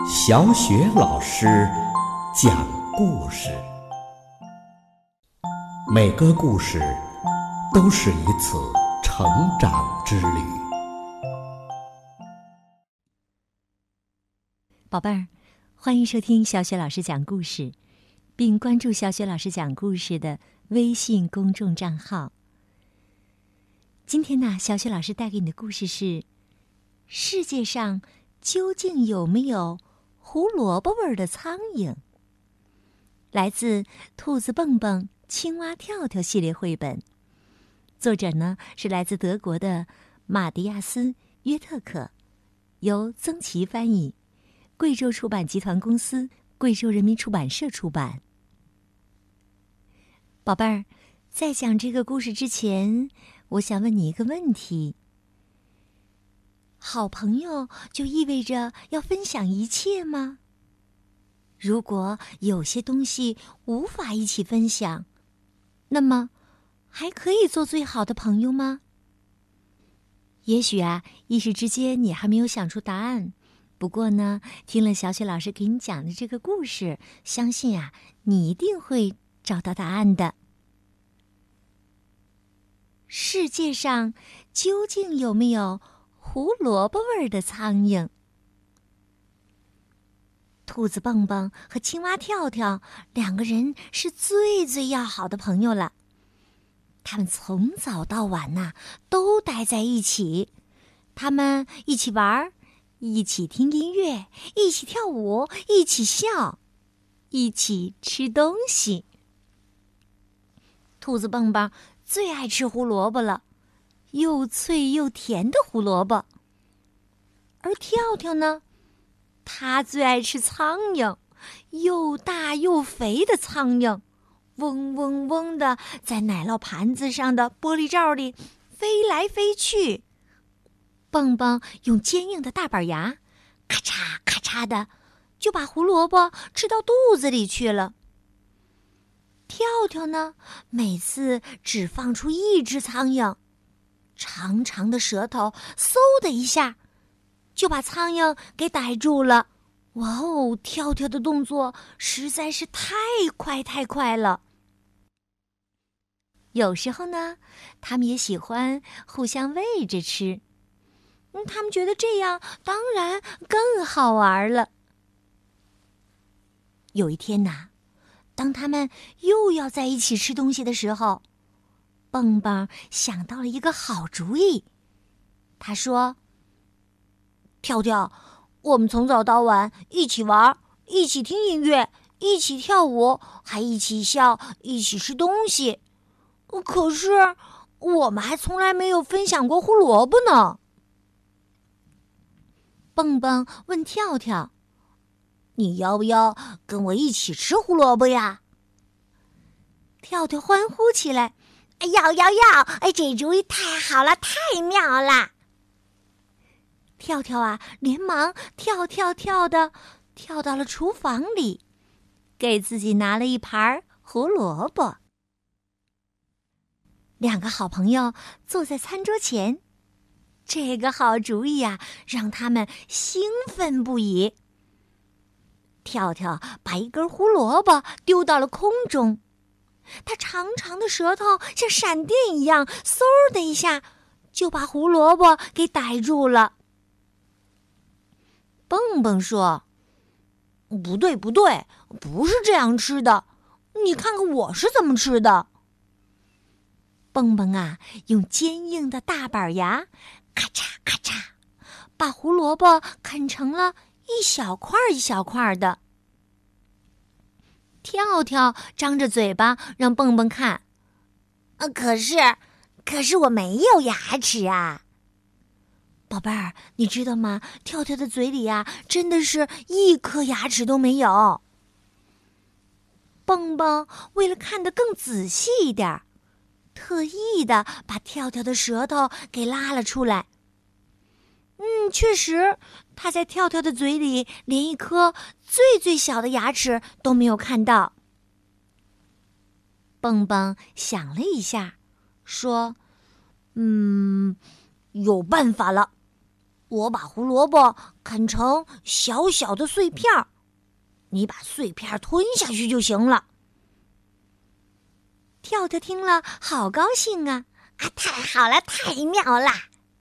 小雪老师讲故事，每个故事都是一次成长之旅。 宝贝儿，欢迎收听小雪老师讲故事，并关注小雪老师讲故事的微信公众账号。今天呢，小雪老师带给你的故事是：世界上究竟有没有胡萝卜味儿的苍蝇？来自《兔子蹦蹦、青蛙跳跳》系列绘本，作者呢是来自德国的马迪亚斯·约特克，由曾琦翻译，贵州出版集团公司、贵州人民出版社出版。宝贝儿，在讲这个故事之前，我想问你一个问题：好朋友就意味着要分享一切吗？如果有些东西无法一起分享，那么还可以做最好的朋友吗？也许一时之间你还没有想出答案。不过呢，听了小雪老师给你讲的这个故事，相信你一定会找到答案的。世界上究竟有没有胡萝卜味儿的苍蝇？兔子蹦蹦和青蛙跳跳两个人是最要好的朋友了。他们从早到晚都待在一起，他们一起玩，一起听音乐，一起跳舞，一起笑，一起吃东西。兔子蹦蹦最爱吃胡萝卜了，又脆又甜的胡萝卜。而跳跳呢，他最爱吃苍蝇，又大又肥的苍蝇，嗡嗡嗡的在奶酪盘子上的玻璃罩里飞来飞去。蹦蹦用坚硬的大板牙，咔嚓咔嚓的，就把胡萝卜吃到肚子里去了。跳跳呢，每次只放出一只苍蝇，长长的舌头嗖的一下，就把苍蝇给逮住了。哇哦，跳跳的动作实在是太快了。有时候呢，他们也喜欢互相喂着吃，他们觉得这样当然更好玩了。有一天当他们又要在一起吃东西的时候，蹦蹦想到了一个好主意。他说：跳跳，我们从早到晚一起玩，一起听音乐，一起跳舞，还一起笑，一起吃东西。可是我们还从来没有分享过胡萝卜呢。蹦蹦问跳跳：你要不要跟我一起吃胡萝卜呀？跳跳欢呼起来：要！这主意太好了，太妙了！跳跳连忙跳的跳到了厨房里，给自己拿了一盘胡萝卜。两个好朋友坐在餐桌前，这个好主意让他们兴奋不已。跳跳把一根胡萝卜丢到了空中，他长长的舌头像闪电一样，嗖的一下就把胡萝卜给逮住了。蹦蹦说：不对，不是这样吃的，你看看我是怎么吃的。蹦蹦用坚硬的大板牙，咔嚓咔嚓，把胡萝卜啃成了一小块一小块的。跳跳张着嘴巴让蹦蹦看，可是我没有牙齿啊。宝贝儿，你知道吗？跳跳的嘴里真的是一颗牙齿都没有。蹦蹦为了看得更仔细一点，特意的把跳跳的舌头给拉了出来。确实，他在跳跳的嘴里连一颗最小的牙齿都没有看到。蹦蹦想了一下，说：有办法了。 我把胡萝卜砍成小小的碎片儿，你把碎片吞下去就行了。”跳跳听了，好高兴啊！太好了，太妙了！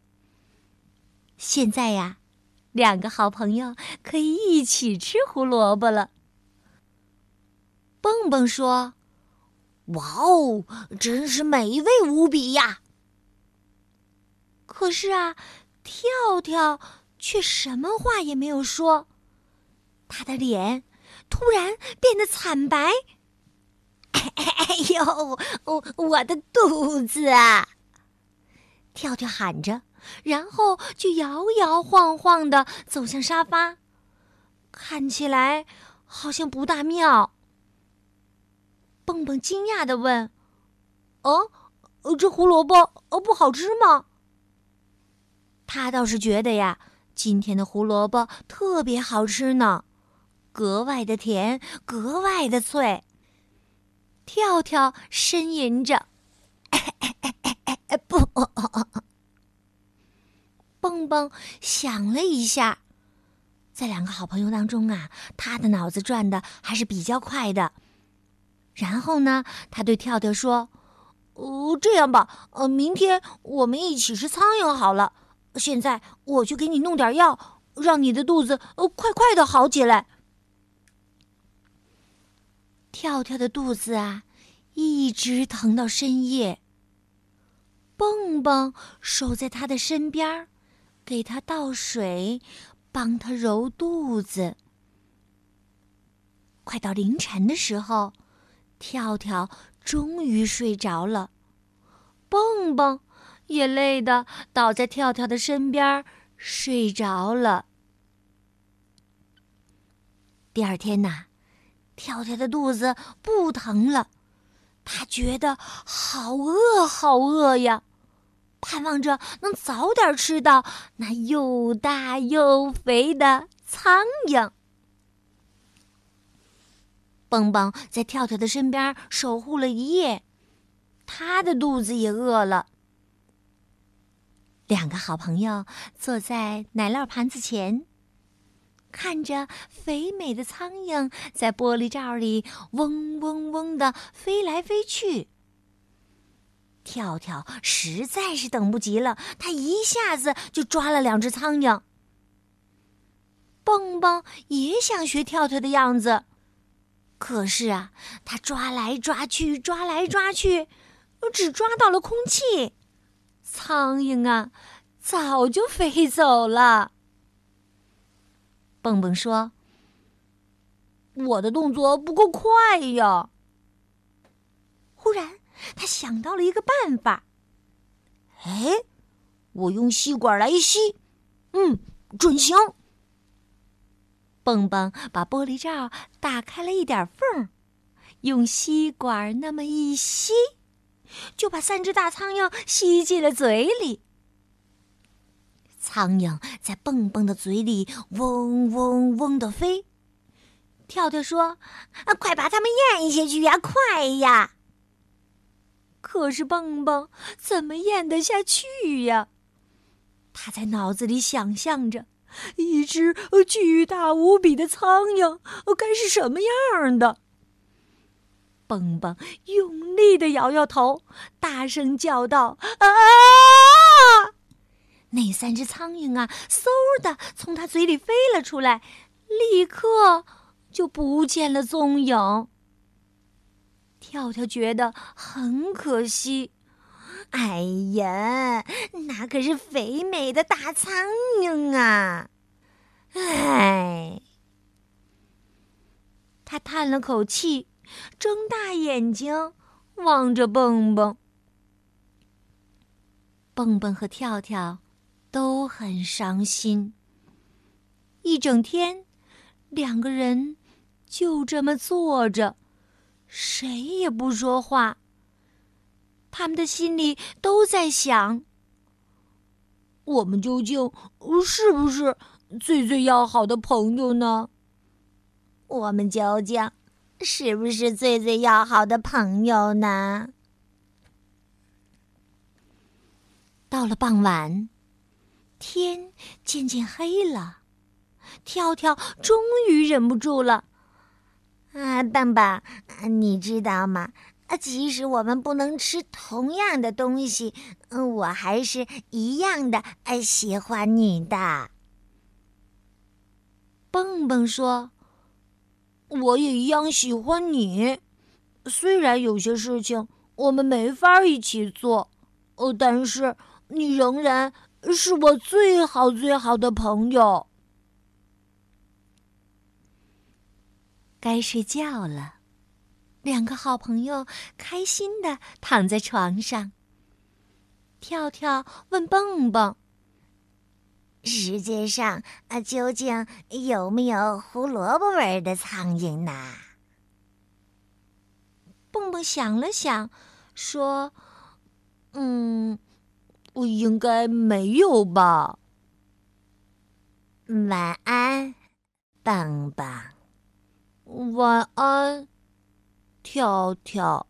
现在呀，两个好朋友可以一起吃胡萝卜了。蹦蹦说：“哇哦，真是美味无比呀！”可是啊，跳跳却什么话也没有说，他的脸突然变得惨白。哎呦，我的肚子啊！跳跳喊着，然后就摇摇晃晃地走向沙发，看起来好像不大妙。蹦蹦惊讶地问：“这胡萝卜不好吃吗？”他倒是觉得呀，今天的胡萝卜特别好吃呢，格外的甜，格外的脆。跳跳呻吟着：“不。”蹦蹦想了一下，在两个好朋友当中啊，他的脑子转的还是比较快的。然后呢，他对跳跳说：“这样吧，明天我们一起吃苍蝇好了。现在我去给你弄点药，让你的肚子快快的好起来。”跳跳的肚子啊，一直疼到深夜。蹦蹦守在他的身边，给他倒水，帮他揉肚子。快到凌晨的时候，跳跳终于睡着了，蹦蹦也累得倒在跳跳的身边睡着了。第二天呐，跳跳的肚子不疼了，他觉得好饿好饿呀，盼望着能早点吃到那又大又肥的苍蝇。蹦蹦在跳跳的身边守护了一夜，他的肚子也饿了。两个好朋友坐在奶酪盘子前，看着肥美的苍蝇在玻璃罩里嗡嗡嗡地飞来飞去。跳跳实在是等不及了，他一下子就抓了2只苍蝇。蹦蹦也想学跳跳的样子，可是啊，他抓来抓去，抓来抓去，只抓到了空气。苍蝇啊，早就飞走了。蹦蹦说：“我的动作不够快呀。”忽然，他想到了一个办法。我用吸管来吸，准行。蹦蹦把玻璃罩打开了一点缝，用吸管那么一吸，就把3只大苍蝇吸进了嘴里。苍蝇在蹦蹦的嘴里嗡嗡嗡地飞。跳跳说：“快把它们咽下去呀，快呀！”可是蹦蹦怎么咽得下去呀？他在脑子里想象着一只巨大无比的苍蝇该是什么样的。蹦蹦用力地摇摇头，大声叫道：“啊！”那3只苍蝇啊，嗖的从他嘴里飞了出来，立刻就不见了踪影。跳跳觉得很可惜，哎呀，那可是肥美的大苍蝇啊！他叹了口气，睁大眼睛望着蹦蹦。蹦蹦和跳跳都很伤心。一整天，2个人就这么坐着，谁也不说话。他们的心里都在想：我们究竟是不是最要好的朋友呢？我们究竟是不是最要好的朋友呢？到了傍晚， 天渐渐黑了，跳跳终于忍不住了。 笨笨，你知道吗？即使我们不能吃同样的东西，我还是一样的喜欢你的。 蹦蹦说：“ 我也一样喜欢你，虽然有些事情我们没法一起做，但是你仍然是我最好最好的朋友。” 该睡觉了，两个好朋友开心地躺在床上。跳跳问蹦蹦：“ 世界上究竟有没有胡萝卜味的苍蝇呢？” 蹦蹦想了想，说：“ 我应该没有吧。” 晚安，蹦蹦。 晚安，跳跳。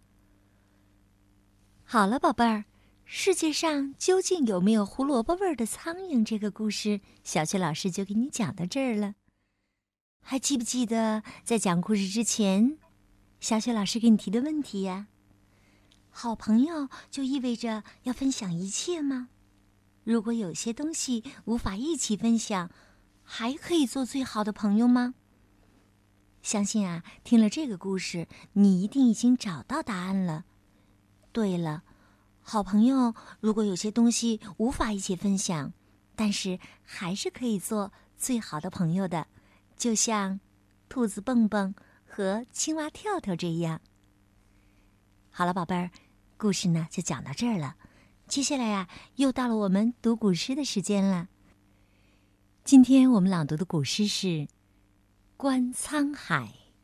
好了，宝贝儿，世界上究竟有没有胡萝卜味的苍蝇？这个故事，小雪老师就给你讲到这儿了。还记不记得在讲故事之前，小雪老师给你提的问题呀？好朋友就意味着要分享一切吗？如果有些东西无法一起分享，还可以做最好的朋友吗？相信啊，听了这个故事，你一定已经找到答案了。对了，好朋友如果有些东西无法一起分享，但是还是可以做最好的朋友的，就像兔子蹦蹦和青蛙跳跳这样。好了，宝贝儿，故事呢就讲到这儿了。接下来呀，又到了我们读古诗的时间了。今天我们朗读的古诗是《观沧海》。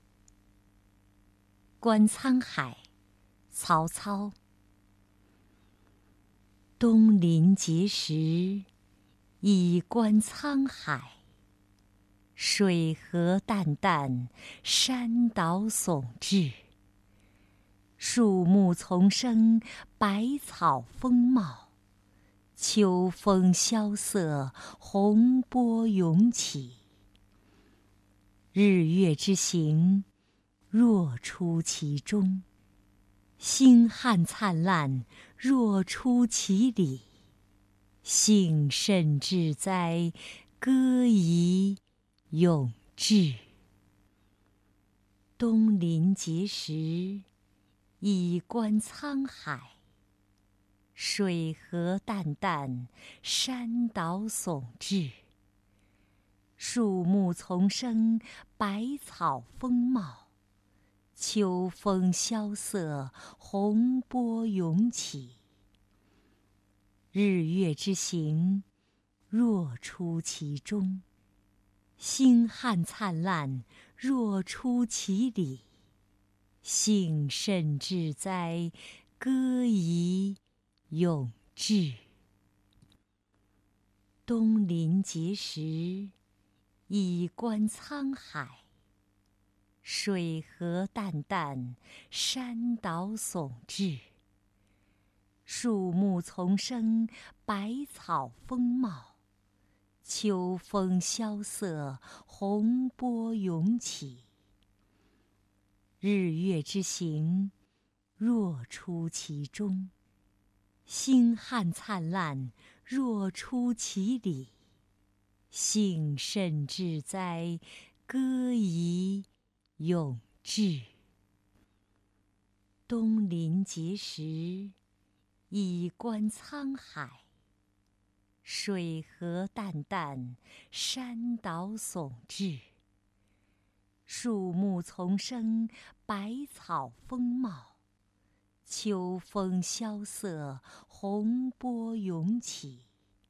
观沧海，曹操。东临碣石，以观沧海。水何澹澹，山岛竦峙。树木丛生，百草丰茂。秋风萧瑟，洪波涌起。日月之行，若出其中；星汉灿烂，若出其里。幸甚至哉，歌以咏志。东临碣石，以观沧海。水何澹澹，山岛竦峙。树木丛生，百草丰茂。秋风萧瑟，洪波涌起。日月之行，若出其中；星汉灿烂，若出其里。幸甚至哉，歌以咏志。东临碣石，以观沧海。水何澹澹，山岛竦峙。树木丛生，百草丰茂。秋风萧瑟，洪波涌起。日月之行，若出其中；星汉灿烂，若出其里。幸甚至哉，歌以咏志。东临碣石，以观沧海。水何澹澹，山岛竦峙。树木丛生，百草丰茂。秋风萧瑟，洪波涌起。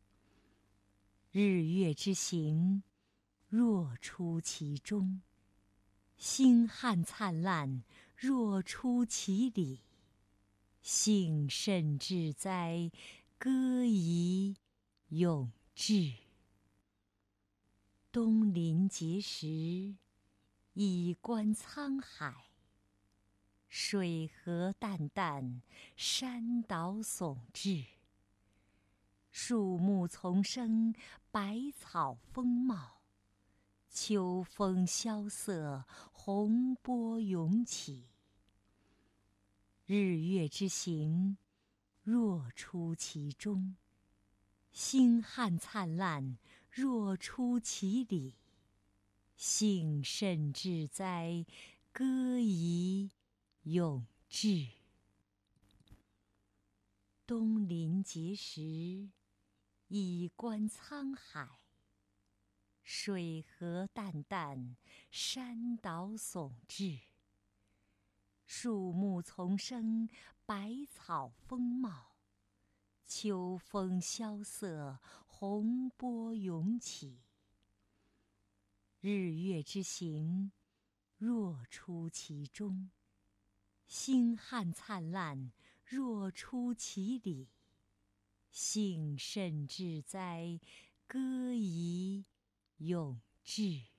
日月之行，若出其中；星汉灿烂，若出其里。幸甚至哉，歌以咏志。东临碣石，以观沧海。水何澹澹，山岛竦峙。 树木丛生，百草丰茂，秋风萧瑟，洪波涌起。日月之行，若出其中；星汉灿烂，若出其里。幸甚至哉，歌以咏志。东临碣石，以观沧海。水河澹澹，山岛竦峙。树木丛生，百草丰茂，秋风萧瑟，洪波涌起。日月之行，若出其中；星汉灿烂，若出其里。幸甚至哉，歌以咏志。